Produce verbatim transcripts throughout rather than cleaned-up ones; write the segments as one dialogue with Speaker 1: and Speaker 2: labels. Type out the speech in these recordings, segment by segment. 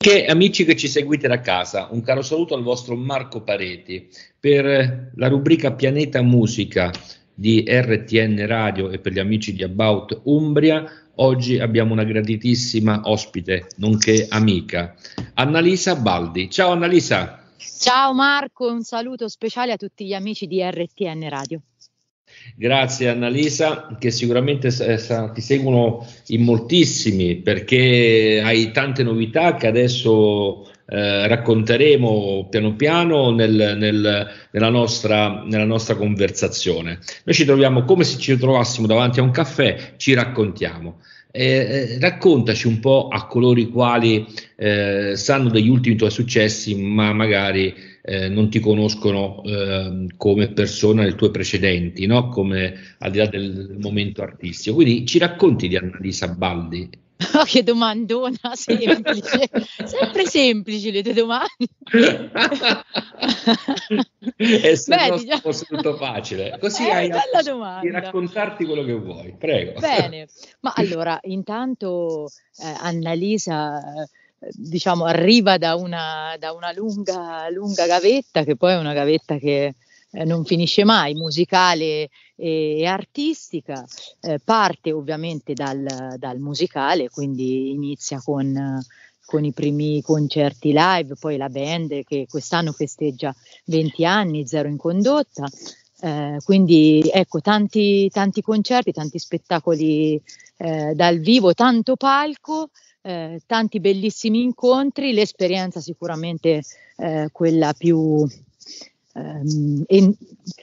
Speaker 1: Che amici che ci seguite da casa, un caro saluto al vostro Marco Pareti per la rubrica Pianeta Musica di R T N Radio e per gli amici di About Umbria. Oggi abbiamo una graditissima ospite, nonché amica, Annalisa Baldi. Ciao Annalisa.
Speaker 2: Ciao Marco, un saluto speciale a tutti gli amici di R T N Radio.
Speaker 1: Grazie Annalisa, che sicuramente ti seguono in moltissimi perché hai tante novità che adesso eh, racconteremo piano piano nel, nel, nella, nostra, nella nostra conversazione. Noi ci troviamo come se ci trovassimo davanti a un caffè, ci raccontiamo. Eh, raccontaci un po' a coloro i quali eh, sanno degli ultimi tuoi successi, ma magari eh, non ti conoscono eh, come persona nei tuoi precedenti, no? Come al di là del, del momento artistico. Quindi ci racconti di Annalisa Baldi?
Speaker 2: Oh, che domandona semplice, sempre semplici le tue domande.
Speaker 1: E se Beh, no diciamo... fosse tutto facile, così
Speaker 2: eh,
Speaker 1: hai
Speaker 2: bella domanda.
Speaker 1: Di raccontarti quello che vuoi, prego.
Speaker 2: Bene, ma allora intanto eh, Annalisa eh, diciamo arriva da una, da una lunga, lunga gavetta, che poi è una gavetta che eh, non finisce mai, musicale e, e artistica. Eh, parte ovviamente dal, dal musicale, quindi inizia con, con i primi concerti live, poi la band che quest'anno festeggia venti anni, Zero in condotta. Eh, quindi ecco, tanti, tanti concerti, tanti spettacoli eh, dal vivo, tanto palco, eh, tanti bellissimi incontri, l'esperienza sicuramente eh, quella più ehm, en-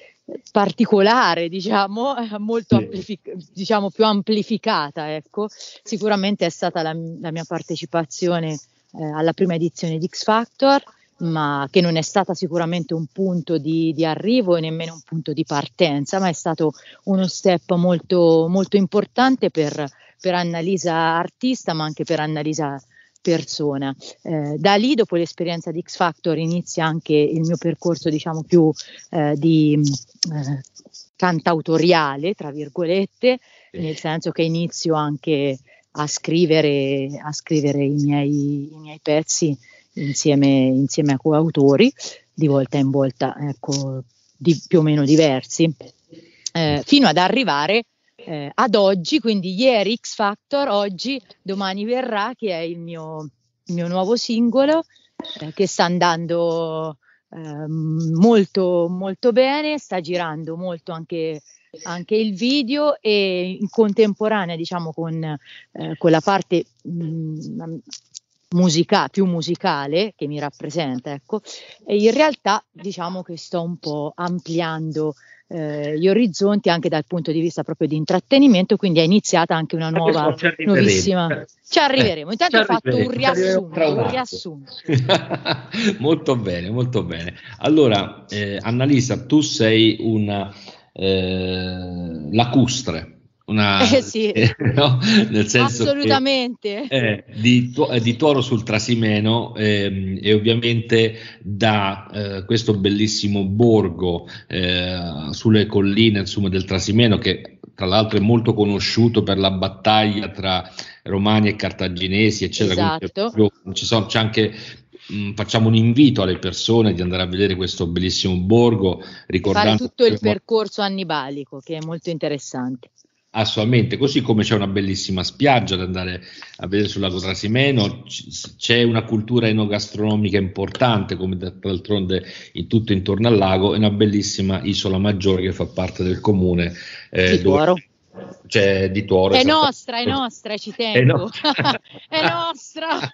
Speaker 2: particolare, diciamo, molto amplific- diciamo più amplificata, ecco, sicuramente è stata la, la mia partecipazione eh, alla prima edizione di X Factor, ma che non è stata sicuramente un punto di, di arrivo e nemmeno un punto di partenza, ma è stato uno step molto, molto importante per, per Annalisa artista, ma anche per Annalisa persona. Eh, da lì, dopo l'esperienza di X Factor, inizia anche il mio percorso, diciamo, più eh, di eh, cantautoriale, tra virgolette, nel senso che inizio anche a scrivere, a scrivere i miei, i miei pezzi insieme, insieme a coautori, di volta in volta, ecco, di più o meno diversi, eh, fino ad arrivare eh, ad oggi, quindi ieri X Factor, oggi Domani Verrà, che è il mio, il mio nuovo singolo, eh, che sta andando eh, molto molto bene, sta girando molto anche anche il video, e in contemporanea, diciamo, con, eh, con la parte mh, musica, più musicale che mi rappresenta, ecco, e in realtà diciamo che sto un po' ampliando eh, gli orizzonti anche dal punto di vista proprio di intrattenimento, quindi è iniziata anche una nuova,
Speaker 1: ci
Speaker 2: nuovissima, ci arriveremo, intanto
Speaker 1: ci
Speaker 2: ho fatto un riassunto, un,
Speaker 1: un
Speaker 2: riassunto.
Speaker 1: Molto bene, molto bene. Allora, eh, Annalisa, tu sei una eh, lacustre, una,
Speaker 2: eh sì,
Speaker 1: eh, no? Nel senso
Speaker 2: assolutamente
Speaker 1: che, eh, di, di Toro sul Trasimeno, ehm, e ovviamente da eh, questo bellissimo borgo eh, sulle colline, insomma, del Trasimeno, che tra l'altro è molto conosciuto per la battaglia tra Romani e Cartaginesi, eccetera.
Speaker 2: Esatto.
Speaker 1: Quindi, ci sono, c'è anche mh, facciamo un invito alle persone di andare a vedere questo bellissimo borgo, ricordando
Speaker 2: fare tutto il percorso annibalico, che è molto interessante.
Speaker 1: Assolutamente, così come c'è una bellissima spiaggia da andare a vedere sul lago Trasimeno, c- c'è una cultura enogastronomica importante, come d'altronde in tutto intorno al lago, e una bellissima isola maggiore che fa parte del comune eh,
Speaker 2: di Tuoro.
Speaker 1: C'è di Tuoro.
Speaker 2: È nostra, è nostra, ci tengo. È, no- è nostra.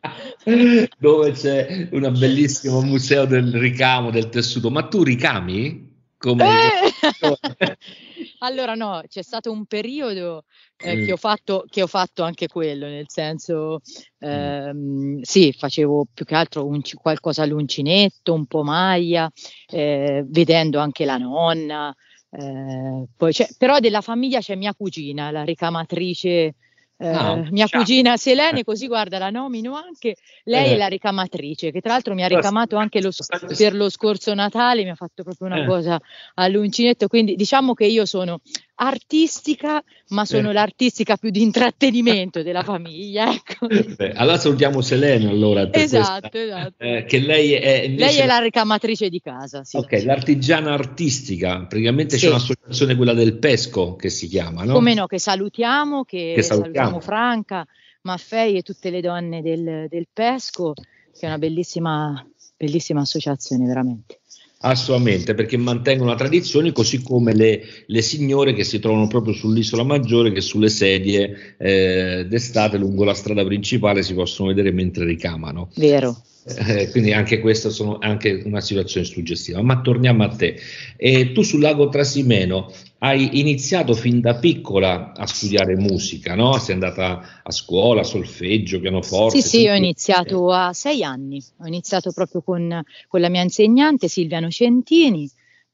Speaker 1: Dove c'è un bellissimo museo del ricamo, del tessuto. Ma tu ricami? Come...
Speaker 2: Eh! Allora no, c'è stato un periodo eh, mm. che ho fatto che ho fatto anche quello, nel senso ehm, mm. sì, facevo più che altro un, qualcosa all'uncinetto, un po' maglia, eh, vedendo anche la nonna. Eh, poi c'è, però della famiglia c'è mia cugina, la ricamatrice. Eh, ah, mia ciao. Cugina Selene, così guarda, la nomino anche, lei eh. è la ricamatrice, che tra l'altro mi ha ricamato anche lo, per lo scorso Natale, mi ha fatto proprio una eh. cosa all'uncinetto, quindi diciamo che io sono artistica, ma sono
Speaker 1: Eh.
Speaker 2: l'artistica più di intrattenimento della famiglia, ecco.
Speaker 1: Beh, allora salutiamo Selene allora per
Speaker 2: Esatto,
Speaker 1: questa,
Speaker 2: esatto.
Speaker 1: eh, che lei è
Speaker 2: Lei
Speaker 1: invece
Speaker 2: è
Speaker 1: la-
Speaker 2: la ricamatrice di casa, sì.
Speaker 1: ok, l'artigiana artistica, praticamente c'è
Speaker 2: Sì.
Speaker 1: un'associazione, quella del Pesco, che si chiama, no?
Speaker 2: Come no, che salutiamo,
Speaker 1: Che
Speaker 2: che
Speaker 1: salutiamo.
Speaker 2: salutiamo Franca, Maffei e tutte le donne del, del Pesco, che è una bellissima, bellissima associazione, veramente.
Speaker 1: Assolutamente, perché mantengono la tradizione, così come le, le signore che si trovano proprio sull'Isola Maggiore, che sulle sedie eh, d'estate lungo la strada principale si possono vedere mentre ricamano.
Speaker 2: Vero.
Speaker 1: Eh, quindi anche questa sono anche una situazione suggestiva. Ma torniamo a te. E tu sul lago Trasimeno hai iniziato fin da piccola a studiare musica, no? Sei andata a scuola, solfeggio, pianoforte.
Speaker 2: Sì, sì, ho
Speaker 1: tu-
Speaker 2: iniziato a sei anni, ho iniziato proprio con, con la mia insegnante Silvia Nocentini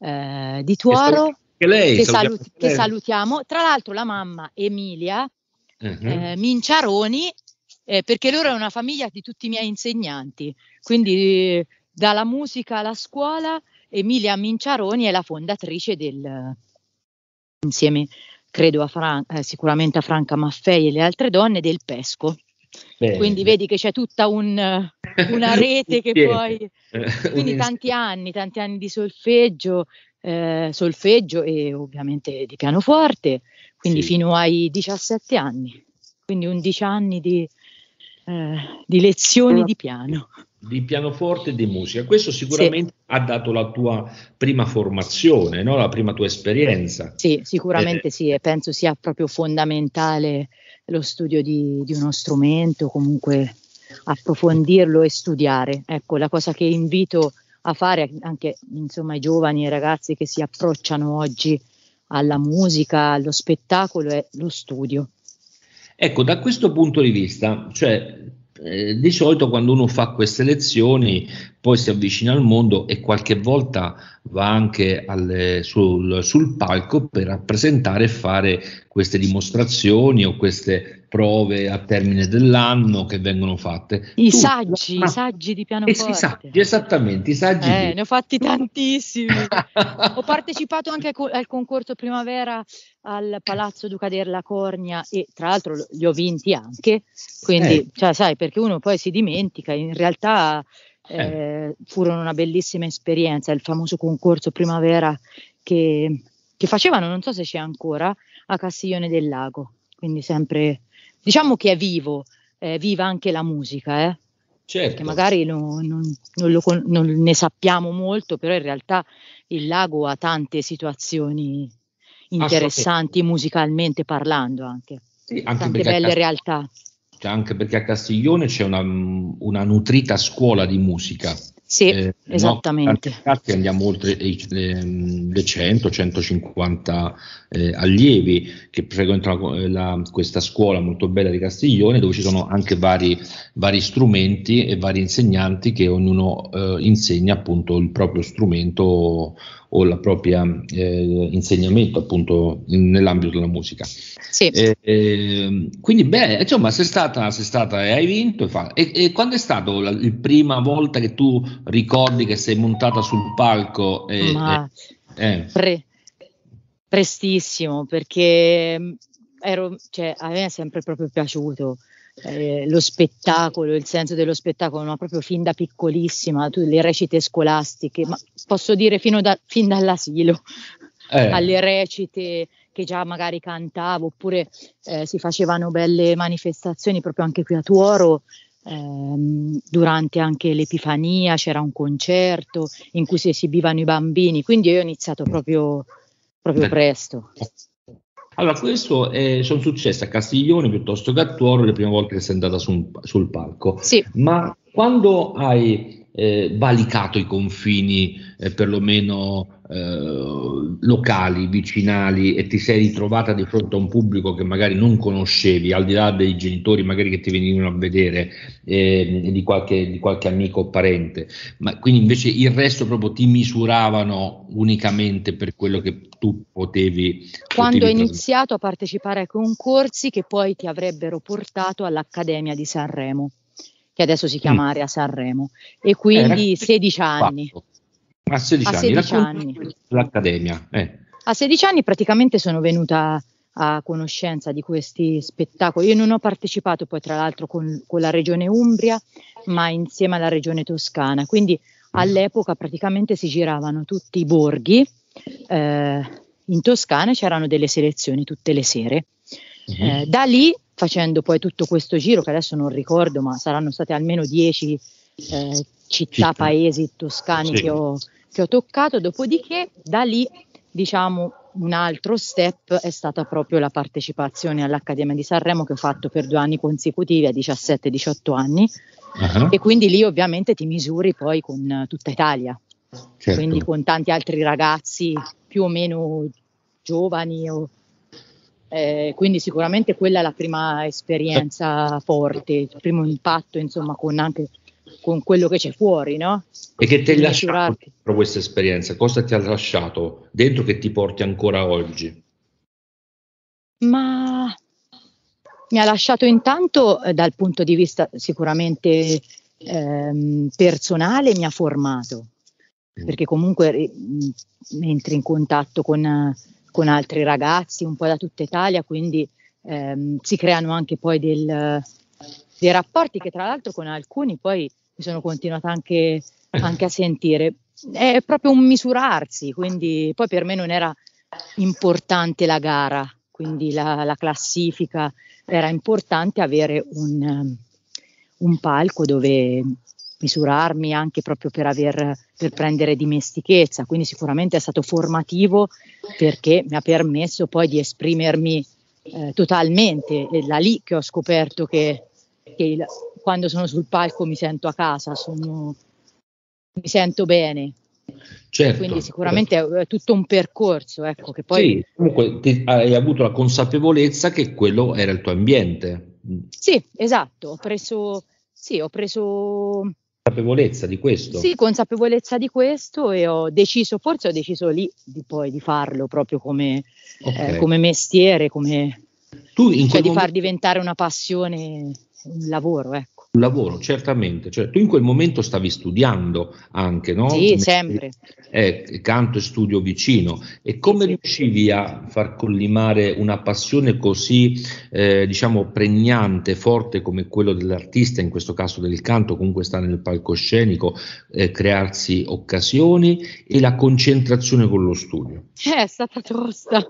Speaker 2: eh, di
Speaker 1: Che saluti
Speaker 2: Tuoro,
Speaker 1: anche lei,
Speaker 2: che,
Speaker 1: salutiamo
Speaker 2: salut-
Speaker 1: anche
Speaker 2: che
Speaker 1: lei.
Speaker 2: salutiamo. Tra l'altro la mamma Emilia
Speaker 1: Mhm.
Speaker 2: eh, Minciaroni, eh, perché loro è una famiglia di tutti i miei insegnanti, quindi eh, dalla musica alla scuola, Emilia Minciaroni è la fondatrice del, insieme credo a Fran- eh, sicuramente a Franca Maffei e le altre donne, del Pesco.
Speaker 1: Bene.
Speaker 2: Quindi vedi che c'è tutta un, una rete che poi,
Speaker 1: Eh,
Speaker 2: quindi
Speaker 1: un
Speaker 2: tanti anni, tanti anni di solfeggio, eh, solfeggio e ovviamente di pianoforte, quindi
Speaker 1: Sì.
Speaker 2: fino ai diciassette anni, quindi undici anni di, eh, di lezioni di piano.
Speaker 1: Di pianoforte e di musica. Questo
Speaker 2: Sì,
Speaker 1: sicuramente ha dato la tua prima formazione, no? La prima tua esperienza.
Speaker 2: sì, sicuramente
Speaker 1: Eh,
Speaker 2: sì, e penso sia proprio fondamentale lo studio di, di uno strumento, comunque approfondirlo e studiare. Ecco, la cosa che invito a fare anche insomma ai giovani e ai ragazzi che si approcciano oggi alla musica, allo spettacolo, è lo studio.
Speaker 1: Ecco, da questo punto di vista, cioè, eh, di solito quando uno fa queste lezioni poi si avvicina al mondo e qualche volta va anche alle- sul, sul palco per rappresentare e fare queste dimostrazioni o queste prove a termine dell'anno che vengono fatte.
Speaker 2: I
Speaker 1: Tu,
Speaker 2: saggi, i
Speaker 1: ma-
Speaker 2: saggi di
Speaker 1: eh sì, i saggi,
Speaker 2: pianoforte.
Speaker 1: esattamente, i saggi
Speaker 2: Eh,
Speaker 1: di...
Speaker 2: ne ho fatti tantissimi. Ho partecipato anche co- al concorso primavera al Palazzo Duca della Cornia e tra l'altro lo- li ho vinti anche, quindi
Speaker 1: Eh,
Speaker 2: cioè, sai, perché uno poi si dimentica, in realtà
Speaker 1: eh.
Speaker 2: eh, furono una bellissima esperienza, il famoso concorso primavera che, che facevano, non so se c'è ancora, a Castiglione del Lago, quindi sempre, diciamo che è vivo, è viva anche la musica, eh. Perché
Speaker 1: Certo,
Speaker 2: magari no- non, non lo con- non ne sappiamo molto, però in realtà il lago ha tante situazioni
Speaker 1: assolutamente.
Speaker 2: interessanti musicalmente parlando anche,
Speaker 1: Sì, anche
Speaker 2: tante
Speaker 1: perché a
Speaker 2: belle
Speaker 1: Cast-
Speaker 2: realtà.
Speaker 1: cioè, anche perché a Castiglione c'è una, una nutrita scuola di musica.
Speaker 2: Sì,
Speaker 1: Eh, no? In tanti
Speaker 2: esattamente.
Speaker 1: casi andiamo oltre i- ehm, le cento centocinquanta eh, allievi che frequentano eh, la- questa scuola molto bella di Castiglione, dove ci sono anche vari, vari strumenti e vari insegnanti che ognuno eh, insegna appunto il proprio strumento o la propria eh, insegnamento appunto in- nell'ambito della musica.
Speaker 2: Sì.
Speaker 1: Eh, eh, quindi beh, insomma, sei stata, sei stata e hai vinto. E, fa- e, e quando è stata la, la prima volta che tu ricordi che sei montata sul palco? E, e-
Speaker 2: Ma
Speaker 1: eh,
Speaker 2: pre- prestissimo, perché mh, ero, cioè, a me è sempre proprio piaciuto eh, lo spettacolo, il senso dello spettacolo, ma proprio fin da piccolissima, tu, le recite scolastiche, ma posso dire fino da, fin dall'asilo,
Speaker 1: eh,
Speaker 2: alle recite che già magari cantavo, oppure eh, si facevano belle manifestazioni proprio anche qui a Tuoro. Ehm, durante anche l'Epifania c'era un concerto in cui si esibivano i bambini, quindi io ho iniziato proprio, proprio
Speaker 1: da-
Speaker 2: presto.
Speaker 1: Allora, questo è, sono successe a Castiglione piuttosto che a Tuoro le prime volte che sei andata su un- sul palco.
Speaker 2: Sì,
Speaker 1: Ma quando hai eh, valicato i confini, eh, perlomeno eh, locali, vicinali, e ti sei ritrovata di fronte a un pubblico che magari non conoscevi, al di là dei genitori magari che ti venivano a vedere, eh, di qualche, di qualche amico o parente, ma quindi invece il resto proprio ti misuravano unicamente per quello che tu potevi,
Speaker 2: quando ho
Speaker 1: potevi trasmettere.
Speaker 2: iniziato a partecipare ai concorsi che poi ti avrebbero portato all'Accademia di Sanremo, che adesso si
Speaker 1: Mm.
Speaker 2: chiama Area Sanremo, e
Speaker 1: Eh,
Speaker 2: quindi
Speaker 1: raccontaci
Speaker 2: sedici anni.
Speaker 1: quattro. A sedici
Speaker 2: A
Speaker 1: anni,
Speaker 2: sedici
Speaker 1: raccontaci
Speaker 2: anni.
Speaker 1: l'accademia. Eh.
Speaker 2: A sedici anni praticamente sono venuta a conoscenza di questi spettacoli. Io non ho partecipato poi tra l'altro con, con la regione Umbria, ma insieme alla regione Toscana, quindi all'epoca praticamente si giravano tutti i borghi, eh, in Toscana c'erano delle selezioni tutte le sere. Eh, da lì, facendo poi tutto questo giro, che adesso non ricordo, ma saranno state almeno dieci eh, città, paesi toscani sì. che, ho, che ho toccato, dopodiché da lì, diciamo, un altro step è stata proprio la partecipazione all'Accademia di Sanremo, che ho fatto per due anni consecutivi a diciassette diciotto anni, uh-huh. e quindi lì ovviamente ti misuri poi con tutta Italia, certo. quindi con tanti altri ragazzi più o meno giovani, o, eh, quindi sicuramente quella è la prima esperienza forte, il primo impatto insomma con anche con quello che c'è fuori, no?
Speaker 1: E che ti hai lasciato dentro questa esperienza? Cosa ti ha lasciato dentro che ti porti ancora oggi?
Speaker 2: Ma mi ha lasciato intanto eh, dal punto di vista sicuramente ehm, personale, mi ha formato, mm. perché comunque mh, entri in contatto con, con altri ragazzi un po' da tutta Italia, quindi ehm, si creano anche poi del, dei rapporti che tra l'altro con alcuni poi mi sono continuata anche, anche a sentire. È proprio un misurarsi, quindi poi per me non era importante la gara, quindi la, la classifica, era importante avere un, un palco dove misurarmi anche proprio per, aver, per prendere dimestichezza, quindi sicuramente è stato formativo perché mi ha permesso poi di esprimermi eh, totalmente. È da lì che ho scoperto che, che il, quando sono sul palco mi sento a casa, sono, mi sento bene.
Speaker 1: Certo,
Speaker 2: quindi sicuramente certo. è, è tutto un percorso, ecco, che poi
Speaker 1: sì, comunque ti, hai avuto la consapevolezza che quello era il tuo ambiente.
Speaker 2: Sì, esatto, ho preso sì, ho preso
Speaker 1: consapevolezza di questo.
Speaker 2: Sì, consapevolezza di questo e ho deciso, forse ho deciso lì di poi di farlo proprio come, okay. eh, come mestiere, come
Speaker 1: tu in
Speaker 2: cioè
Speaker 1: quel
Speaker 2: di
Speaker 1: momento...
Speaker 2: far diventare una passione un lavoro, ecco.
Speaker 1: Un lavoro, certamente, cioè tu in quel momento stavi studiando anche, no?
Speaker 2: Sì, sempre.
Speaker 1: Eh, canto e studio vicino, e come sì, riuscivi sì. a far collimare una passione così, eh, diciamo, pregnante, forte come quello dell'artista, in questo caso del canto, comunque sta nel palcoscenico, eh, crearsi occasioni e la concentrazione con lo studio?
Speaker 2: Eh, è stata tosta,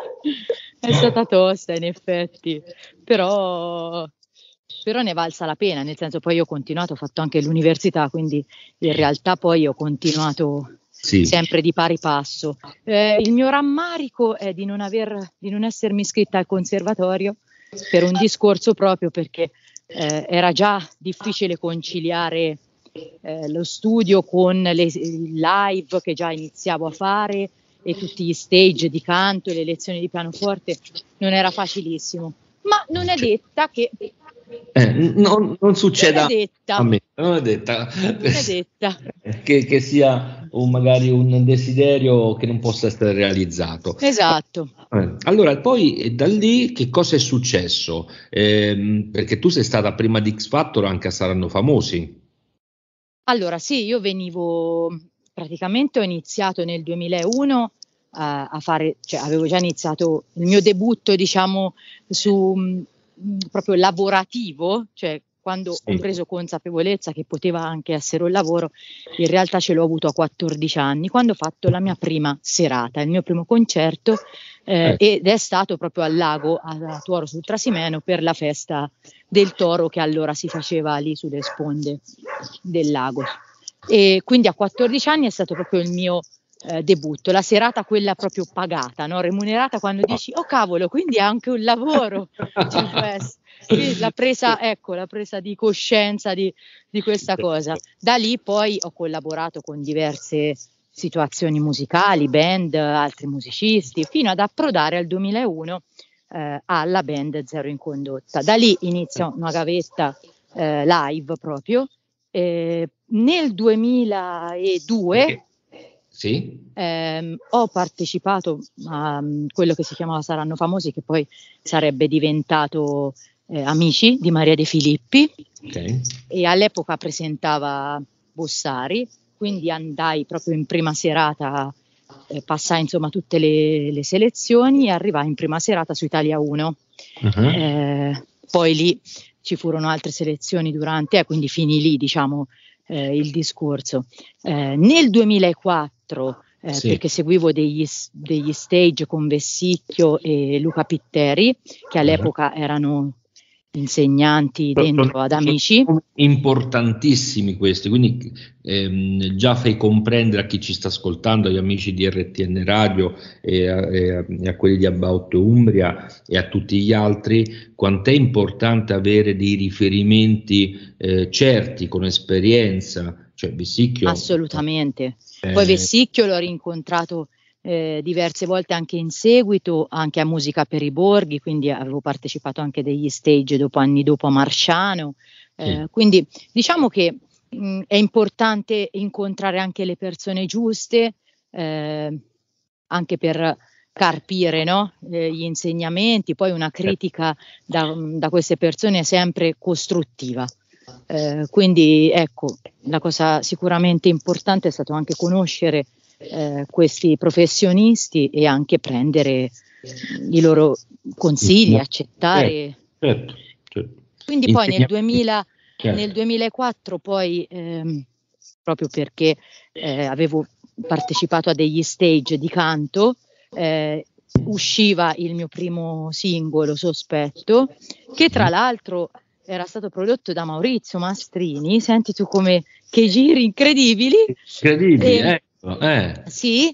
Speaker 2: è stata tosta in effetti, però... però ne valsa la pena, nel senso poi io ho continuato, ho fatto anche l'università, quindi in realtà poi ho continuato sì. sempre di pari passo. Eh, il mio rammarico è di non aver, di non essermi iscritta al conservatorio per un discorso proprio perché eh, era già difficile conciliare eh, lo studio con le live che già iniziavo a fare e tutti gli stage di canto e le lezioni di pianoforte, non era facilissimo, ma non è detta che
Speaker 1: Eh, non, non succeda
Speaker 2: non è detta.
Speaker 1: a me, non è detta,
Speaker 2: non è detta.
Speaker 1: Che, che sia un, magari un desiderio che non possa essere realizzato.
Speaker 2: Esatto.
Speaker 1: Eh, allora, poi da lì che cosa è successo? Eh, perché tu sei stata prima di X Factor anche a Saranno Famosi.
Speaker 2: Allora sì, io venivo, praticamente ho iniziato nel duemilauno a, a fare, cioè avevo già iniziato il mio debutto, diciamo, su proprio lavorativo, cioè quando sì. ho preso consapevolezza che poteva anche essere un lavoro, in realtà ce l'ho avuto a quattordici anni, quando ho fatto la mia prima serata, il mio primo concerto, eh, eh. ed è stato proprio al lago, a Tuoro sul Trasimeno, per la festa del toro che allora si faceva lì sulle sponde del lago. E quindi a quattordici anni è stato proprio il mio Eh, debutto, la serata quella proprio pagata, no? Remunerata, quando dici oh cavolo, quindi è anche un lavoro, cioè, quindi la presa, ecco, la presa di coscienza di, di questa cosa. Da lì poi ho collaborato con diverse situazioni musicali, band, altri musicisti, fino ad approdare al duemilauno eh, alla band Zero in Condotta. Da lì inizia una gavetta eh, live proprio. Eh, nel duemiladue
Speaker 1: Sì.
Speaker 2: Eh, ho partecipato a um, quello che si chiamava Saranno Famosi, che poi sarebbe diventato eh, Amici di Maria De Filippi,
Speaker 1: okay.
Speaker 2: E all'epoca presentava Bossari, quindi andai proprio in prima serata eh, passai insomma tutte le, le selezioni e arrivai in prima serata su Italia uno. Uh-huh. Eh, poi lì ci furono altre selezioni durante, eh, quindi finì lì, diciamo, eh, il discorso. Eh, nel duemilaquattro, eh, sì. perché seguivo degli, degli stage con Vessicchio e Luca Pitteri, che all'epoca uh-huh. erano insegnanti dentro ad Amici,
Speaker 1: importantissimi questi, quindi ehm, già fai comprendere a chi ci sta ascoltando, agli amici di R T N Radio e a, e a, e a quelli di About Umbria e a tutti gli altri, quanto è importante avere dei riferimenti eh, certi, con esperienza, cioè Vessicchio.
Speaker 2: Assolutamente, eh, poi Vessicchio l'ho rincontrato Eh, diverse volte anche in seguito, anche a Musica per i Borghi, quindi avevo partecipato anche degli stage dopo, anni dopo a Marsciano, eh, sì. Quindi diciamo che mh, è importante incontrare anche le persone giuste, eh, anche per carpire, no? eh, gli insegnamenti, poi una critica da, da queste persone è sempre costruttiva. Eh, quindi ecco, la cosa sicuramente importante è stato anche conoscere Eh, questi professionisti e anche prendere i loro consigli, accettare.
Speaker 1: Certo, certo.
Speaker 2: Quindi poi nel, duemila, certo. nel duemilaquattro poi ehm, proprio perché eh, avevo partecipato a degli stage di canto, eh, usciva il mio primo singolo, Sospetto, che tra l'altro era stato prodotto da Maurizio Mastrini. Senti tu come che giri incredibili.
Speaker 1: Incredibili, eh. Eh.
Speaker 2: Sì,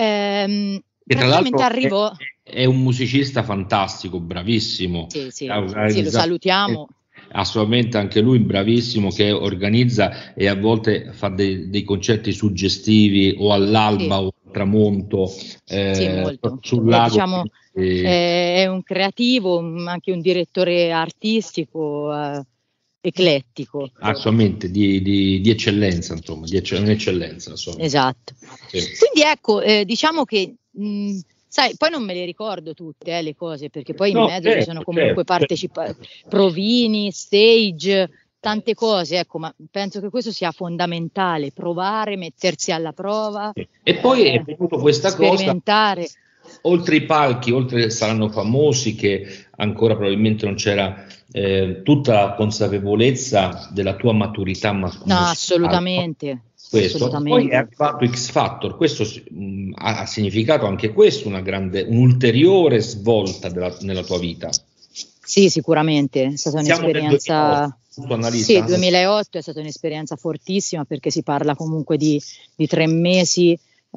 Speaker 2: ehm,
Speaker 1: che tra l'altro arrivò... è, è un musicista fantastico, bravissimo.
Speaker 2: Sì, sì, sì, lo salutiamo.
Speaker 1: Assolutamente, anche lui bravissimo, che organizza e a volte fa dei, dei concerti suggestivi o all'alba sì. o al tramonto
Speaker 2: eh, sì, molto.
Speaker 1: sul lago.
Speaker 2: Eh, diciamo, eh, è un creativo, anche un direttore artistico. Eh, eclettico,
Speaker 1: assolutamente di, di, di eccellenza, insomma, di ecce- un'eccellenza. Insomma.
Speaker 2: Esatto. Sì. Quindi ecco, eh, diciamo che mh, sai, poi non me le ricordo tutte eh, le cose, perché poi no, in mezzo certo, ci sono comunque certo, partecipa- certo. provini, stage, tante cose, ecco, ma penso che questo sia fondamentale, provare, mettersi alla prova.
Speaker 1: Sì. E poi eh, è venuto questa
Speaker 2: sperimentare.
Speaker 1: cosa, oltre i palchi, oltre saranno famosi, che ancora probabilmente non c'era Eh, tutta la consapevolezza della tua maturità mascolina.
Speaker 2: No, assolutamente.
Speaker 1: Questo.
Speaker 2: assolutamente.
Speaker 1: Poi è arrivato X Factor, questo mh, ha significato anche questo una grande, un'ulteriore svolta della, nella tua vita.
Speaker 2: Sì, sicuramente, è stata
Speaker 1: Siamo
Speaker 2: un'esperienza.
Speaker 1: duemilaotto,
Speaker 2: sì, duemilaotto è stata un'esperienza fortissima, perché si parla comunque di, di tre mesi,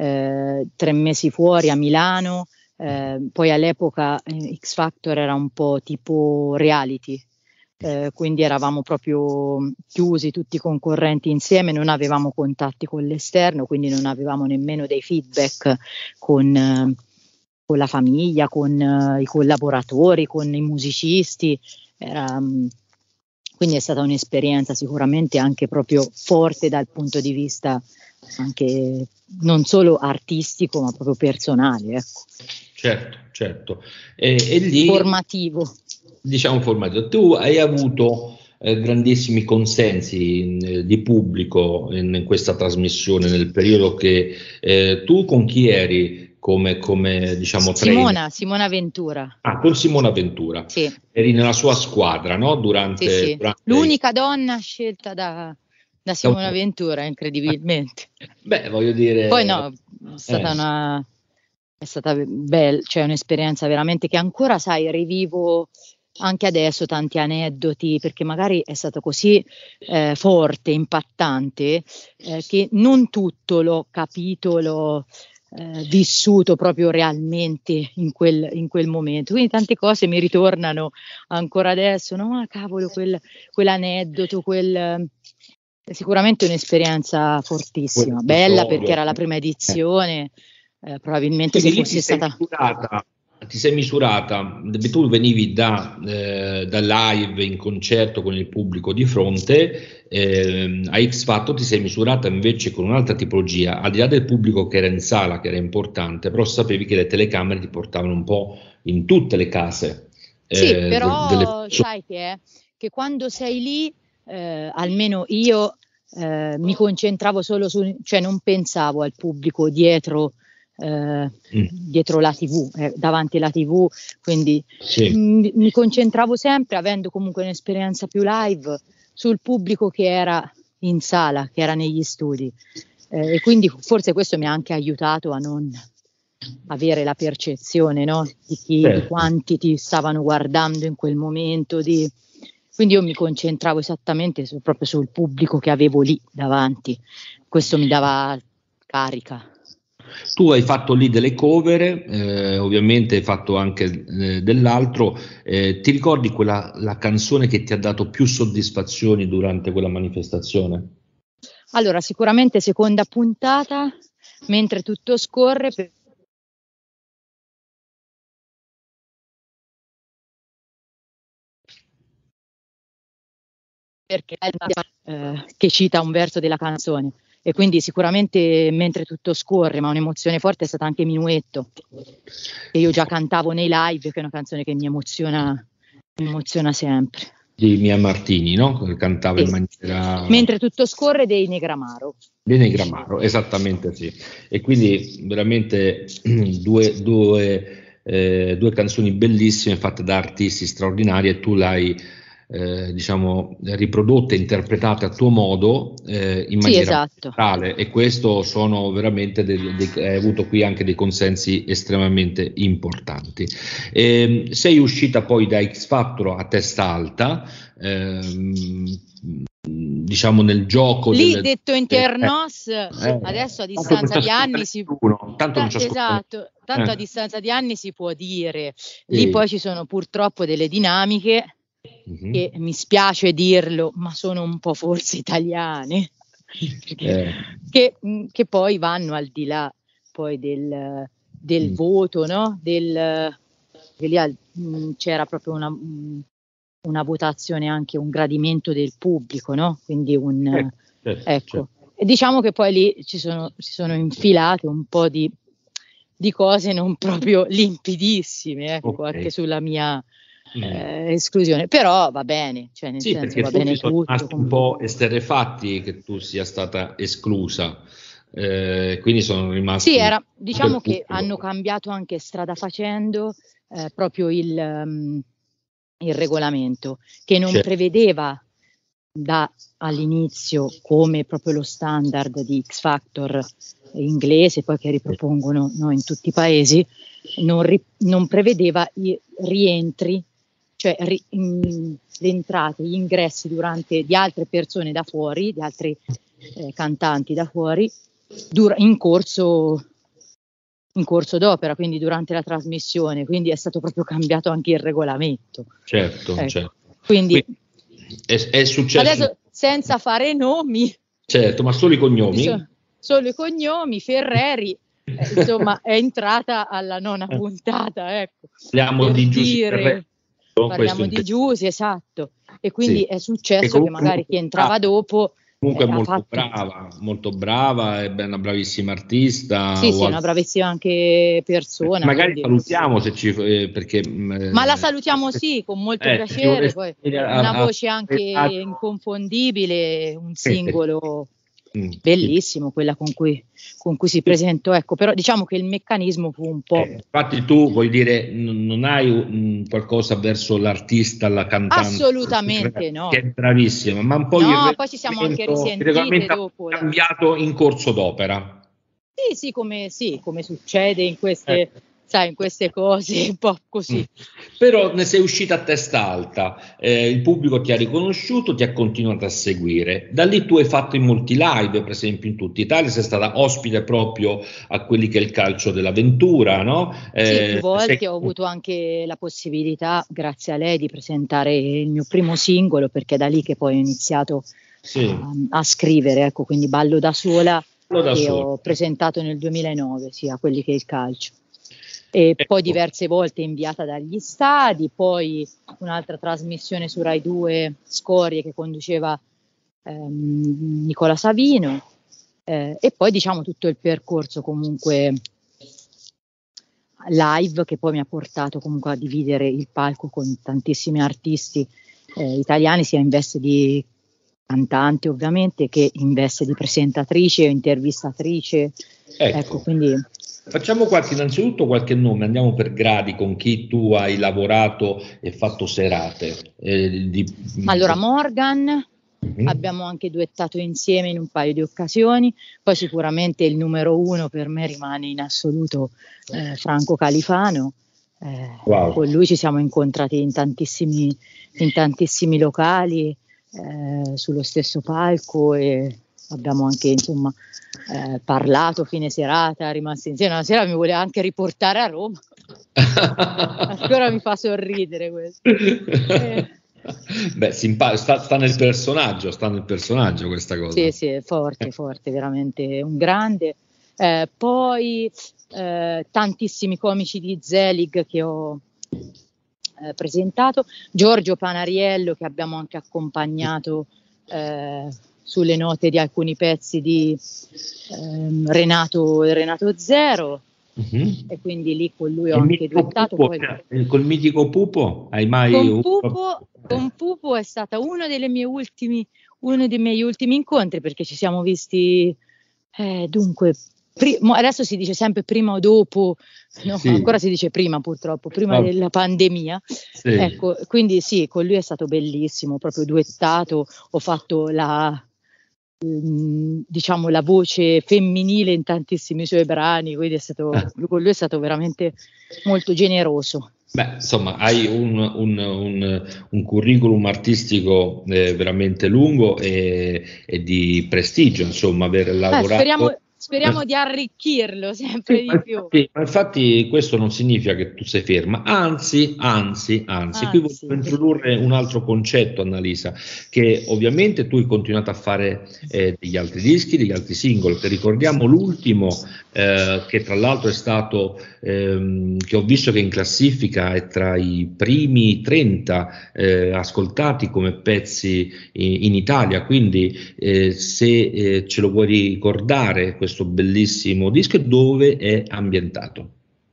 Speaker 2: eh, tre mesi fuori a Milano. Eh, poi all'epoca eh, X Factor era un po' tipo reality, eh, quindi eravamo proprio chiusi tutti i concorrenti insieme, non avevamo contatti con l'esterno, quindi non avevamo nemmeno dei feedback con, eh, con la famiglia, con eh, i collaboratori, con i musicisti. Era, quindi è stata un'esperienza sicuramente anche proprio forte dal punto di vista anche non solo artistico, ma proprio personale, ecco.
Speaker 1: Certo, certo. E, e lì,
Speaker 2: formativo.
Speaker 1: Diciamo formativo. Tu hai avuto eh, grandissimi consensi eh, di pubblico in, in questa trasmissione, nel periodo che eh, tu con chi eri come, come diciamo
Speaker 2: Simona,
Speaker 1: trainer?
Speaker 2: Simona Ventura.
Speaker 1: Ah, con Simona Ventura.
Speaker 2: Sì.
Speaker 1: Eri nella sua squadra, no? Durante,
Speaker 2: sì, sì.
Speaker 1: durante...
Speaker 2: L'unica donna scelta da, da Simona Ventura, incredibilmente.
Speaker 1: Beh, voglio dire...
Speaker 2: Poi no, è stata eh. una... È stata bella, cioè un'esperienza veramente che ancora, sai, rivivo anche adesso tanti aneddoti, perché magari è stato così eh, forte, impattante, eh, che non tutto l'ho capito, l'ho eh, vissuto proprio realmente in quel, in quel momento. Quindi tante cose mi ritornano ancora adesso, no? Ah, cavolo, quel, quell'aneddoto, quel... Sicuramente un'esperienza fortissima,
Speaker 1: Quel
Speaker 2: bella
Speaker 1: episodio.
Speaker 2: Perché era la prima edizione. Eh, probabilmente Quindi se fosse stata
Speaker 1: misurata, ti sei misurata, tu venivi da, eh, da live in concerto con il pubblico di fronte, eh, a X Factor ti sei misurata invece con un'altra tipologia, al di là del pubblico che era in sala, che era importante, però sapevi che le telecamere ti portavano un po' in tutte le case.
Speaker 2: Eh, sì, però delle... sai che è che quando sei lì, eh, almeno io eh, mi concentravo solo su, cioè non pensavo al pubblico dietro eh,
Speaker 1: mm.
Speaker 2: dietro la tivù, eh, davanti alla tivù, quindi
Speaker 1: sì.
Speaker 2: m- mi concentravo sempre, avendo comunque un'esperienza più live, sul pubblico che era in sala, che era negli studi, eh, e quindi forse questo mi ha anche aiutato a non avere la percezione, no? Di chi,
Speaker 1: Certo.
Speaker 2: di quanti ti stavano guardando in quel momento, di... quindi io mi concentravo esattamente su, proprio sul pubblico che avevo lì davanti, questo mi dava carica.
Speaker 1: Tu hai fatto lì delle cover, eh, ovviamente hai fatto anche eh, dell'altro, eh, ti ricordi quella la canzone che ti ha dato più soddisfazioni durante quella manifestazione?
Speaker 2: Allora, sicuramente seconda puntata, mentre tutto scorre, per... perché è una, eh, che cita un verso della canzone, e quindi sicuramente mentre tutto scorre, ma un'emozione forte è stata anche Minuetto, che io già cantavo nei live, che è una canzone che mi emoziona, mi emoziona sempre.
Speaker 1: Di Mia Martini, no? Che cantava
Speaker 2: Sì.
Speaker 1: in maniera...
Speaker 2: Mentre tutto scorre dei Negramaro.
Speaker 1: Dei Negramaro, esattamente sì. E quindi veramente due, due, eh, due canzoni bellissime fatte da artisti straordinari, e tu l'hai eh, diciamo riprodotta e interpretata a tuo modo eh, in
Speaker 2: Sì,
Speaker 1: maniera
Speaker 2: esatto.
Speaker 1: tale, e questo sono veramente dei, dei, hai avuto qui anche dei consensi estremamente importanti. Eh, sei uscita poi da X Factor a testa alta, ehm, diciamo nel gioco
Speaker 2: lì
Speaker 1: del,
Speaker 2: detto internos,
Speaker 1: eh, eh,
Speaker 2: adesso a
Speaker 1: tanto
Speaker 2: distanza di anni si
Speaker 1: nessuno, tanto non ci
Speaker 2: esatto, tanto
Speaker 1: eh.
Speaker 2: a distanza di anni si può dire. Lì
Speaker 1: Sì.
Speaker 2: poi ci sono purtroppo delle dinamiche
Speaker 1: Mm-hmm.
Speaker 2: che mi spiace dirlo, ma sono un po' forse italiane,
Speaker 1: eh.
Speaker 2: che, che poi vanno al di là poi del, del
Speaker 1: mm.
Speaker 2: voto, no? Del, che lì al, mh, c'era proprio una, mh, una votazione, anche un gradimento del pubblico, no? Quindi un
Speaker 1: Eh, certo,
Speaker 2: ecco.
Speaker 1: certo. E
Speaker 2: diciamo che poi lì ci sono, si sono infilate un po' di, di cose non proprio limpidissime, ecco, okay. Anche sulla mia eh, mm. esclusione, però va bene, cioè nel
Speaker 1: sì,
Speaker 2: senso va bene tutto. Sono
Speaker 1: un po' esterrefatti che tu sia stata esclusa, eh, quindi sono rimasti.
Speaker 2: Sì, era, diciamo che hanno cambiato anche strada facendo eh, proprio il, um, il regolamento, che non certo. prevedeva da all'inizio, come proprio lo standard di X Factor inglese, poi che ripropongono no, in tutti i paesi, non, ri, non prevedeva i rientri, cioè ri, in, le entrate, gli ingressi durante di altre persone da fuori, di altri eh, cantanti da fuori, dura, in corso in corso d'opera, quindi durante la trasmissione, quindi è stato proprio cambiato anche il regolamento.
Speaker 1: Certo,
Speaker 2: ecco.
Speaker 1: certo.
Speaker 2: Quindi, quindi
Speaker 1: è, è successo
Speaker 2: adesso senza fare nomi,
Speaker 1: certo, ma solo i cognomi?
Speaker 2: So, solo i cognomi, Ferreri, eh, insomma, è entrata alla nona puntata, ecco.
Speaker 1: Parliamo di Giusy Ferreri.
Speaker 2: Parliamo di Giusy, esatto. E quindi sì. È successo che, che magari chi entrava
Speaker 1: brava.
Speaker 2: dopo
Speaker 1: Comunque
Speaker 2: eh,
Speaker 1: è molto
Speaker 2: fatto...
Speaker 1: brava, molto brava, è una bravissima artista.
Speaker 2: Sì, sì, è una bravissima anche persona.
Speaker 1: Magari
Speaker 2: quindi...
Speaker 1: salutiamo se ci eh, perché eh,
Speaker 2: ma la salutiamo sì, con molto
Speaker 1: eh,
Speaker 2: piacere, poi
Speaker 1: a,
Speaker 2: una
Speaker 1: a,
Speaker 2: voce anche a, inconfondibile, un singolo
Speaker 1: mm,
Speaker 2: bellissimo, sì. Quella con cui, con cui si presentò, ecco, però diciamo che il meccanismo fu un po'...
Speaker 1: Eh, infatti tu vuoi dire, n- non hai un, qualcosa verso l'artista, la cantante?
Speaker 2: Assolutamente no.
Speaker 1: Che è bravissima, ma un po'
Speaker 2: no,
Speaker 1: il
Speaker 2: poi ci siamo anche risentite dopo.
Speaker 1: È cambiato in corso d'opera.
Speaker 2: Sì, sì, come, sì, come succede in queste... Eh. Sai, in queste cose un po' così.
Speaker 1: Mm. Però ne sei uscita a testa alta, eh, il pubblico ti ha riconosciuto, ti ha continuato a seguire. Da lì tu hai fatto in molti live, per esempio in tutta Italia, sei stata ospite proprio a quelli che è il calcio dell'avventura, no?
Speaker 2: Eh, sì, più volte sei... ho avuto anche la possibilità, grazie a lei, di presentare il mio primo singolo, perché è da lì che poi ho iniziato sì. a, a scrivere, ecco, quindi Ballo da sola, Ballo da che sola. Ho presentato nel duemilanove, sì, a quelli che è il calcio. E ecco. Poi diverse volte inviata dagli stadi, poi un'altra trasmissione su Rai due, Scorie, che conduceva ehm, Nicola Savino, eh, e poi diciamo tutto il percorso comunque live, che poi mi ha portato comunque a dividere il palco con tantissimi artisti eh, italiani, sia in veste di cantante ovviamente, che in veste di presentatrice o intervistatrice, ecco, ecco quindi...
Speaker 1: Facciamo qualche, innanzitutto qualche nome, andiamo per gradi con chi tu hai lavorato e fatto serate. Eh, di,
Speaker 2: Allora, Morgan,
Speaker 1: mm-hmm.
Speaker 2: abbiamo anche duettato insieme in un paio di occasioni, poi sicuramente il numero uno per me rimane in assoluto eh, Franco Califano. Eh,
Speaker 1: Wow.
Speaker 2: Con lui ci siamo incontrati in tantissimi, in tantissimi locali, eh, sullo stesso palco, e abbiamo anche insomma eh, parlato fine serata, rimasti insieme. Una sera mi voleva anche riportare a Roma. Ancora mi fa sorridere questo. Eh.
Speaker 1: Beh, simpa- sta, sta nel personaggio, sta nel personaggio questa cosa.
Speaker 2: Sì, sì, è forte, forte, veramente un grande. Eh, poi eh, tantissimi comici di Zelig che ho eh, presentato, Giorgio Panariello che abbiamo anche accompagnato eh, sulle note di alcuni pezzi di eh, Renato, Renato Zero. Uh-huh. E quindi lì con lui ho
Speaker 1: il
Speaker 2: anche duettato.
Speaker 1: Pupo,
Speaker 2: poi...
Speaker 1: Col mitico Pupo hai mai
Speaker 2: con Pupo, con Pupo è stata uno delle mie ultimi uno dei miei ultimi incontri, perché ci siamo visti eh, dunque pri- adesso si dice sempre prima o dopo, no? Sì. Ancora si dice prima, purtroppo, prima oh. della pandemia. Sì. Ecco, quindi sì, con lui è stato bellissimo, proprio duettato, ho fatto la diciamo la voce femminile in tantissimi suoi brani, quindi è stato, eh. con lui è stato veramente molto generoso.
Speaker 1: Beh, insomma, hai un, un, un, un curriculum artistico eh, veramente lungo e, e di prestigio, insomma, aver lavorato.
Speaker 2: Eh, speriamo, speriamo di arricchirlo sempre sì, di più.
Speaker 1: Infatti, ma infatti questo non significa che tu sei ferma, anzi, anzi, anzi, anzi. Qui voglio introdurre un altro concetto, Annalisa, che ovviamente tu hai continuato a fare eh, degli altri dischi, degli altri singoli, che ricordiamo l'ultimo, eh, che tra l'altro è stato, ehm, che ho visto che in classifica è tra i primi trenta eh, ascoltati come pezzi in, in Italia, quindi eh, se eh, ce lo vuoi ricordare questo bellissimo disco, dove è ambientato?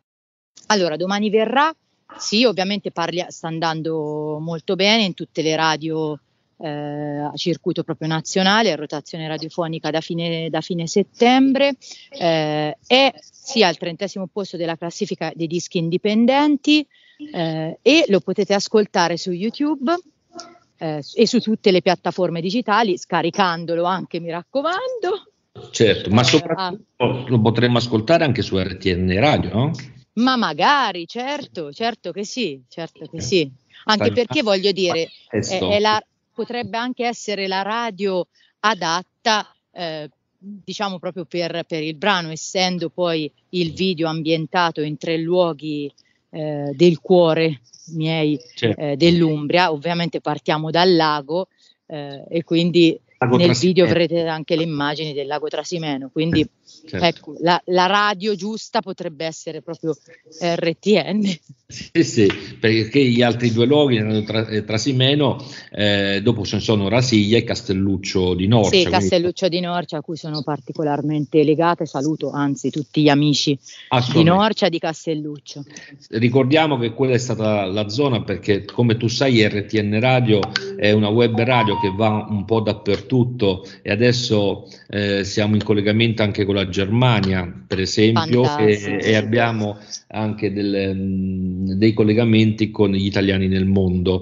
Speaker 2: Allora, Domani verrà, sì, ovviamente parli, sta andando molto bene in tutte le radio eh, a circuito proprio nazionale, a rotazione radiofonica da fine, da fine settembre, eh, è sia al trentesimo posto della classifica dei dischi indipendenti eh, e lo potete ascoltare su YouTube eh, e su tutte le piattaforme digitali, scaricandolo anche, mi raccomando.
Speaker 1: Certo, ma soprattutto ah. lo potremmo ascoltare anche su R T N Radio, no?
Speaker 2: Ma magari, certo, certo che sì, certo che sì. Anche perché voglio dire, è, è la, potrebbe anche essere la radio adatta, eh, diciamo proprio per, per il brano, essendo poi il video ambientato in tre luoghi eh, del cuore miei certo. eh, dell'Umbria. Ovviamente partiamo dal lago eh, e quindi nel video avrete anche le immagini del lago Trasimeno, quindi certo. ecco, la, la radio giusta potrebbe essere proprio R T N.
Speaker 1: Sì, sì, perché gli altri due luoghi erano tra, eh, Trasimeno, eh, dopo ce ne sono Rasiglia e Castelluccio di Norcia.
Speaker 2: Sì, Castelluccio quindi... di Norcia, a cui sono particolarmente legata, saluto anzi tutti gli amici di Norcia e di Castelluccio.
Speaker 1: Ricordiamo che quella è stata la zona, perché come tu sai R T N Radio è una web radio che va un po' dappertutto e adesso eh, siamo in collegamento anche con la Germania, per esempio, e, e abbiamo anche delle, mh, dei collegamenti con gli italiani nel mondo,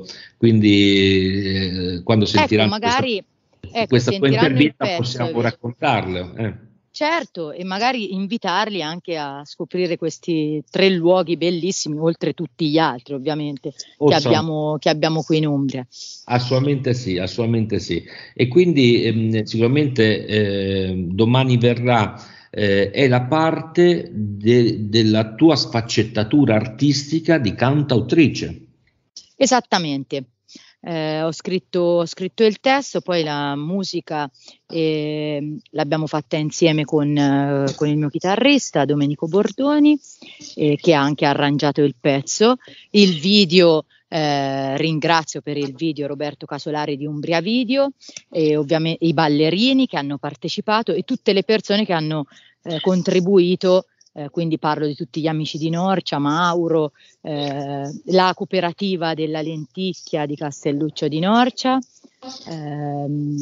Speaker 1: quindi eh, quando sentiranno
Speaker 2: ecco, magari,
Speaker 1: questa,
Speaker 2: ecco,
Speaker 1: questa tua intervista
Speaker 2: pezzo,
Speaker 1: possiamo raccontarlo. Eh.
Speaker 2: Certo, e magari invitarli anche a scoprire questi tre luoghi bellissimi, oltre tutti gli altri ovviamente, che abbiamo, che abbiamo qui in Umbria.
Speaker 1: Assolutamente sì, assolutamente sì. E quindi ehm, sicuramente eh, Domani verrà eh, è la parte de- della tua sfaccettatura artistica di cantautrice.
Speaker 2: Esattamente. Eh, ho, scritto, ho scritto il testo, poi la musica eh, l'abbiamo fatta insieme con, eh, con il mio chitarrista Domenico Bordoni, eh, che ha anche arrangiato il pezzo. Il video, eh, ringrazio per il video Roberto Casolari di Umbria Video, e ovviamente i ballerini che hanno partecipato e tutte le persone che hanno eh, contribuito. Eh, quindi parlo di tutti gli amici di Norcia, Mauro, eh, la cooperativa della lenticchia di Castelluccio di Norcia, ehm,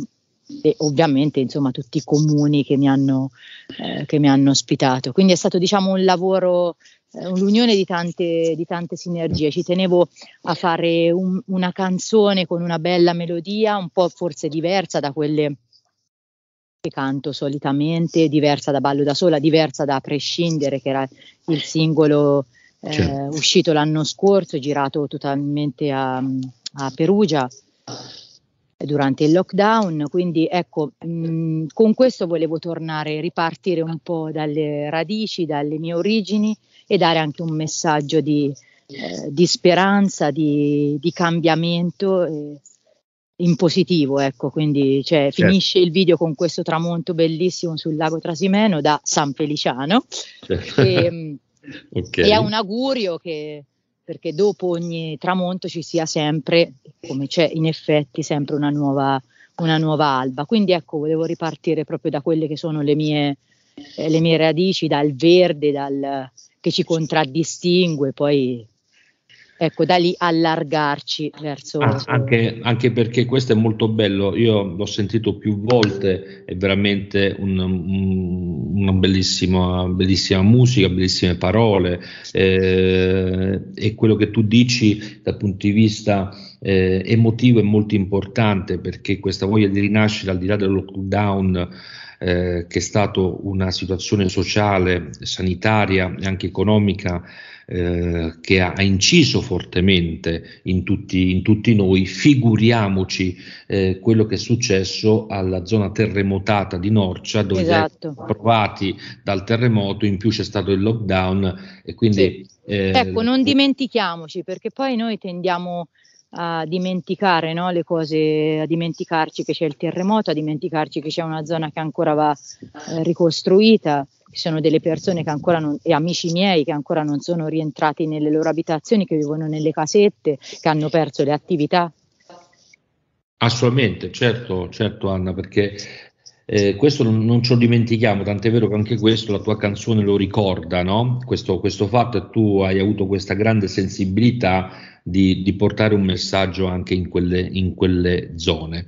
Speaker 2: e ovviamente insomma tutti i comuni che mi hanno, eh, che mi hanno ospitato. Quindi è stato, diciamo, un lavoro, eh, un'unione di tante, di tante sinergie. Ci tenevo a fare un, una canzone con una bella melodia, un po' forse diversa da quelle che canto solitamente, diversa da Ballo da sola, diversa da A prescindere, che era il singolo eh,
Speaker 1: Certo.
Speaker 2: uscito l'anno scorso, girato totalmente a, a Perugia durante il lockdown. Quindi ecco, mh, con questo volevo tornare, ripartire un po' dalle radici, dalle mie origini, e dare anche un messaggio di, eh, di speranza, di, di cambiamento, eh, in positivo, ecco. Quindi cioè,
Speaker 1: Certo.
Speaker 2: finisce il video con questo tramonto bellissimo sul lago Trasimeno da San Feliciano,
Speaker 1: Certo.
Speaker 2: e,
Speaker 1: Okay.
Speaker 2: e è un augurio che, perché dopo ogni tramonto ci sia sempre, come c'è in effetti, sempre una nuova, una nuova alba. Quindi ecco, volevo ripartire proprio da quelle che sono le mie, eh, le mie radici, dal verde, dal, che ci contraddistingue, poi ecco, da lì allargarci verso...
Speaker 1: Ah, anche, anche perché questo è molto bello, io l'ho sentito più volte, è veramente un, un, una bellissima, bellissima musica, bellissime parole, eh, e quello che tu dici dal punto di vista eh, emotivo è molto importante, perché questa voglia di rinascere al di là del lockdown, eh, che è stato una situazione sociale, sanitaria e anche economica, Eh, che ha, ha inciso fortemente in tutti, in tutti noi, figuriamoci eh, quello che è successo alla zona terremotata di Norcia, dove
Speaker 2: Esatto.
Speaker 1: provati dal terremoto, in più c'è stato il lockdown e quindi...
Speaker 2: Sì.
Speaker 1: Eh,
Speaker 2: Ecco, non dimentichiamoci, perché poi noi tendiamo a dimenticare, no, le cose, a dimenticarci che c'è il terremoto, a dimenticarci che c'è una zona che ancora va eh, ricostruita. Ci sono delle persone che ancora non, e amici miei che ancora non sono rientrati nelle loro abitazioni, che vivono nelle casette, che hanno perso le attività.
Speaker 1: Assolutamente, certo, certo Anna, perché eh, questo non, non ce lo dimentichiamo, tant'è vero che anche questo la tua canzone lo ricorda, no? Questo, questo fatto, e tu hai avuto questa grande sensibilità di, di portare un messaggio anche in quelle, in quelle zone.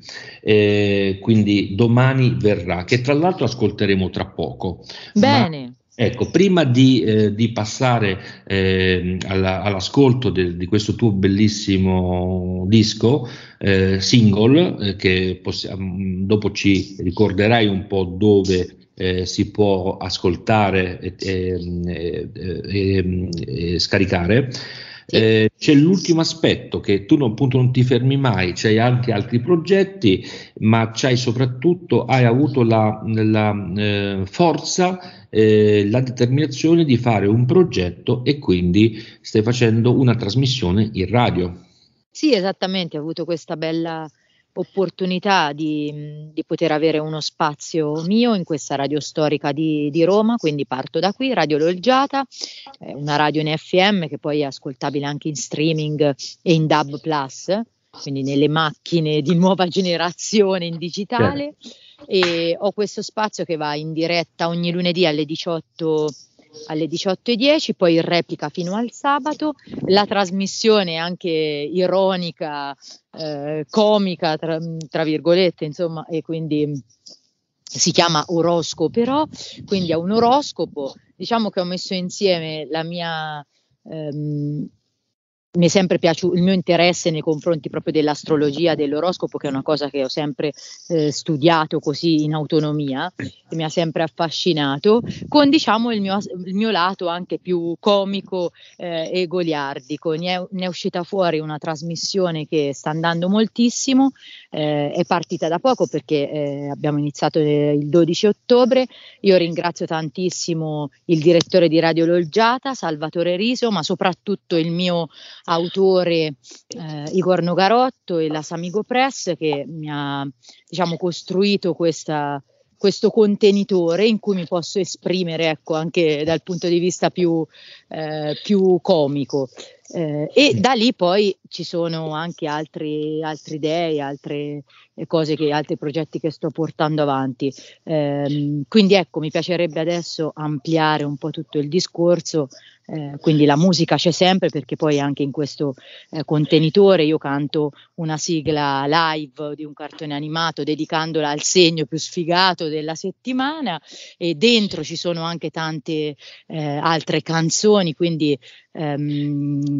Speaker 1: Eh, quindi domani verrà, che tra l'altro ascolteremo tra poco.
Speaker 2: Bene.
Speaker 1: Ma ecco, prima di, eh, di passare eh, alla, all'ascolto de, di questo tuo bellissimo disco, eh, single, eh, che possiamo, dopo ci ricorderai un po' dove eh, si può ascoltare e, e, e, e scaricare.
Speaker 2: Sì.
Speaker 1: Eh, c'è l'ultimo aspetto, che tu non, appunto non ti fermi mai, c'hai anche altri progetti, ma c'hai soprattutto, hai avuto la, la eh, forza, eh, la determinazione di fare un progetto, e quindi stai facendo una trasmissione in radio.
Speaker 2: Sì, esattamente, ho avuto questa bella opportunità di, di poter avere uno spazio mio in questa radio storica di, di Roma, quindi parto da qui, Radio Loggiata, eh, una radio in F M che poi è ascoltabile anche in streaming e in D A B plus, quindi nelle macchine di nuova generazione in digitale, e ho questo spazio che va in diretta ogni lunedì alle diciotto alle diciotto e dieci, poi in replica fino al sabato. La trasmissione è anche ironica, eh, comica, tra, tra virgolette, insomma, e quindi si chiama Oroscoperò, quindi è un oroscopo. Diciamo che ho messo insieme la mia... Ehm, mi è sempre piaciuto il mio interesse nei confronti proprio dell'astrologia, dell'oroscopo, che è una cosa che ho sempre eh, studiato così in autonomia, che mi ha sempre affascinato, con diciamo il mio, il mio lato anche più comico eh, e goliardico. Ne è, ne è uscita fuori una trasmissione che sta andando moltissimo, eh, è partita da poco perché eh, abbiamo iniziato il dodici ottobre. Io ringrazio tantissimo il direttore di Radio Loggiata, Salvatore Riso, ma soprattutto il mio autore eh, Igor Nogarotto e la Samigo Press, che mi ha, diciamo, costruito questa, questo contenitore in cui mi posso esprimere, ecco, anche dal punto di vista più, eh, più comico. Eh, e da lì poi ci sono anche altri, altre idee, altre cose, che, altri progetti che sto portando avanti. Eh, quindi ecco, mi piacerebbe adesso ampliare un po' tutto il discorso, eh, quindi la musica c'è sempre, perché poi anche in questo eh, contenitore io canto una sigla live di un cartone animato dedicandola al segno più sfigato della settimana, e dentro ci sono anche tante eh, altre canzoni, quindi ehm,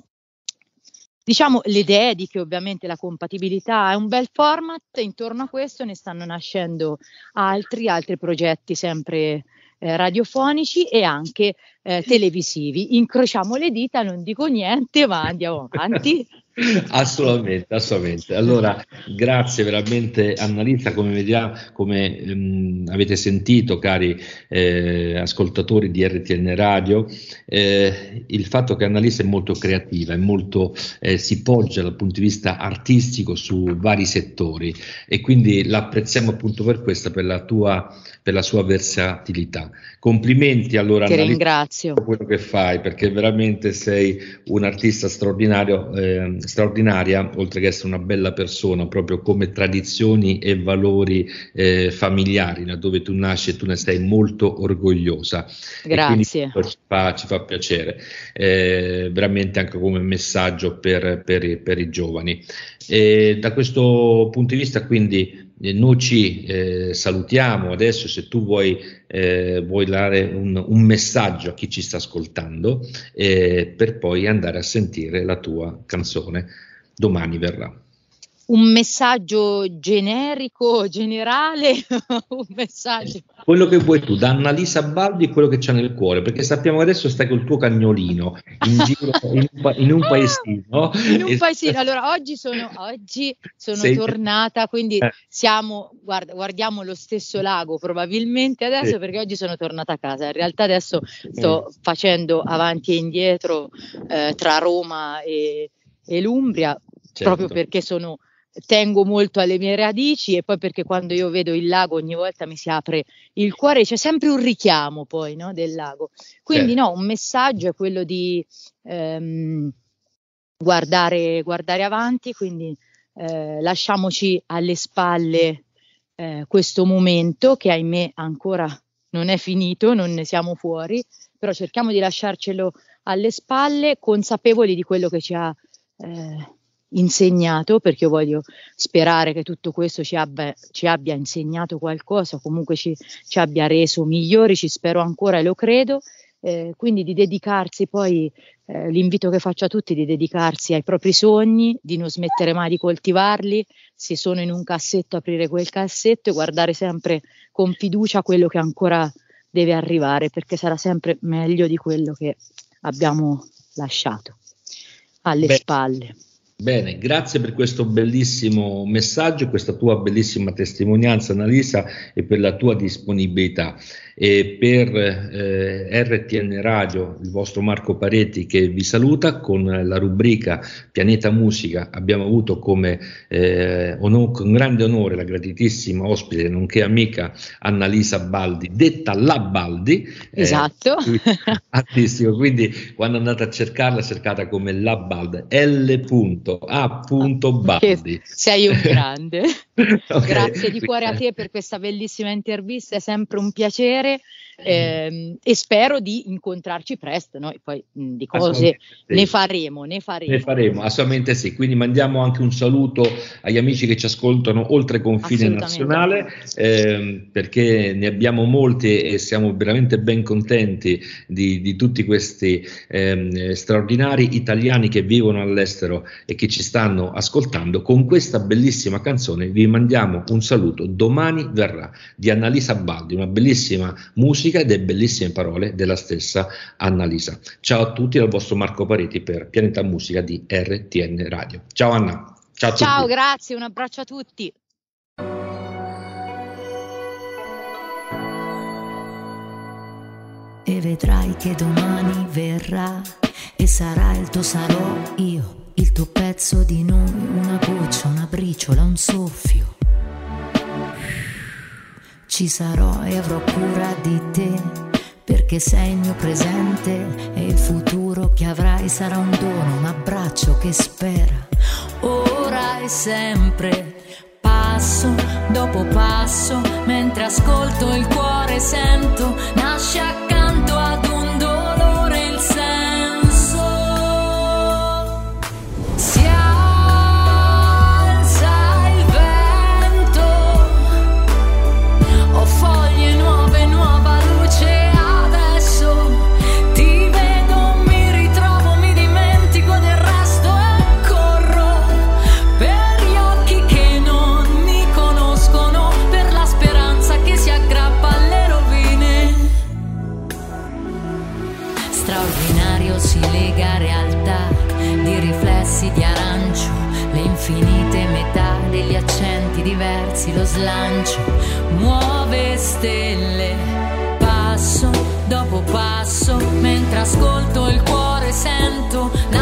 Speaker 2: diciamo le dediche, ovviamente la compatibilità è un bel format, e intorno a questo ne stanno nascendo altri, altri progetti sempre eh, radiofonici e anche eh, televisivi. Incrociamo le dita, non dico niente, ma andiamo avanti.
Speaker 1: Assolutamente, assolutamente. Allora, grazie veramente Annalisa, come vediamo, come ehm, avete sentito, cari eh, ascoltatori di R T N Radio, eh, il fatto che Annalisa è molto creativa, è molto, eh, si poggia dal punto di vista artistico su vari settori, e quindi l'apprezziamo appunto per questo, per la tua, per la sua versatilità. Complimenti allora
Speaker 2: Ti
Speaker 1: Annalisa
Speaker 2: ringrazio.
Speaker 1: per quello che fai, perché veramente sei un artista straordinario, eh, straordinaria, oltre che essere una bella persona, proprio come tradizioni e valori eh, familiari, dove tu nasci e tu ne sei molto orgogliosa.
Speaker 2: Grazie.
Speaker 1: E quindi ci fa, ci fa piacere, eh, veramente anche come messaggio per, per, per i giovani. E da questo punto di vista, quindi, eh, noi ci eh, salutiamo adesso. Se tu vuoi, eh, vuoi dare un, un messaggio a chi ci sta ascoltando, eh, per poi andare a sentire la tua canzone Domani verrà.
Speaker 2: Un messaggio generico, generale, un messaggio.
Speaker 1: Quello che vuoi tu, da Annalisa Baldi, quello che c'è nel cuore, perché sappiamo che adesso stai col tuo cagnolino in giro in un, pa- in un paesino.
Speaker 2: In un paesino. Allora, oggi sono, oggi sono
Speaker 1: Sei...
Speaker 2: tornata, quindi
Speaker 1: eh.
Speaker 2: siamo, guarda, guardiamo lo stesso lago probabilmente adesso, sì, perché oggi sono tornata a casa. In realtà adesso sto mm. facendo avanti e indietro eh, tra Roma e, e l'Umbria, certo, proprio perché sono... tengo molto alle mie radici, e poi perché quando io vedo il lago ogni volta mi si apre il cuore, c'è sempre un richiamo poi, no, del lago. Quindi eh. no, un messaggio è quello di ehm, guardare, guardare avanti, quindi eh, lasciamoci alle spalle eh, questo momento che ahimè ancora non è finito, non ne siamo fuori, però cerchiamo di lasciarcelo alle spalle, consapevoli di quello che ci ha eh, insegnato, perché io voglio sperare che tutto questo ci abbia, ci abbia insegnato qualcosa, comunque ci, ci abbia reso migliori, ci spero ancora e lo credo, eh, quindi di dedicarsi poi, eh, l'invito che faccio a tutti è di dedicarsi ai propri sogni, di non smettere mai di coltivarli, se sono in un cassetto aprire quel cassetto e guardare sempre con fiducia quello che ancora deve arrivare, perché sarà sempre meglio di quello che abbiamo lasciato alle Beh. spalle.
Speaker 1: Bene, grazie per questo bellissimo messaggio, questa tua bellissima testimonianza, Annalisa, e per la tua disponibilità. E per eh, R T N Radio, il vostro Marco Pareti che vi saluta con la rubrica Pianeta Musica. Abbiamo avuto come eh, onor- con grande onore la gratitissima ospite, nonché amica Annalisa Baldi, detta La Baldi.
Speaker 2: Esatto.
Speaker 1: Eh, artistico, quindi quando andate a cercarla, cercata come La Baldi, L A Baldi.
Speaker 2: Sei un grande. Okay. Grazie di cuore a te per questa bellissima intervista, è sempre un piacere, ehm, e spero di incontrarci presto. Noi poi mh, di cose sì. ne faremo, ne faremo.
Speaker 1: Ne faremo, assolutamente sì. Quindi mandiamo anche un saluto agli amici che ci ascoltano oltre confine nazionale, ehm, perché ne abbiamo molti e siamo veramente ben contenti di, di tutti questi ehm, straordinari italiani che vivono all'estero e che ci stanno ascoltando. Con questa bellissima canzone vi mandiamo un saluto. Domani verrà, di Annalisa Baldi, una bellissima musica e delle bellissime parole della stessa Annalisa. Ciao a tutti dal vostro Marco Pareti per Pianeta Musica di R T N Radio. Ciao Anna. Ciao a tutti.
Speaker 2: Ciao, grazie, un abbraccio a tutti.
Speaker 3: E vedrai che domani verrà e sarà il tuo sarò io. Il tuo pezzo di noi, una goccia, una briciola, un soffio. Ci sarò e avrò cura di te, perché sei il mio presente e il futuro che avrai sarà un dono, un abbraccio che spera. Ora e sempre, passo dopo passo, mentre ascolto il cuore sento, nasce accanto ad un dolore il senso. persi lo slancio, muove stelle, passo dopo passo, mentre ascolto il cuore sento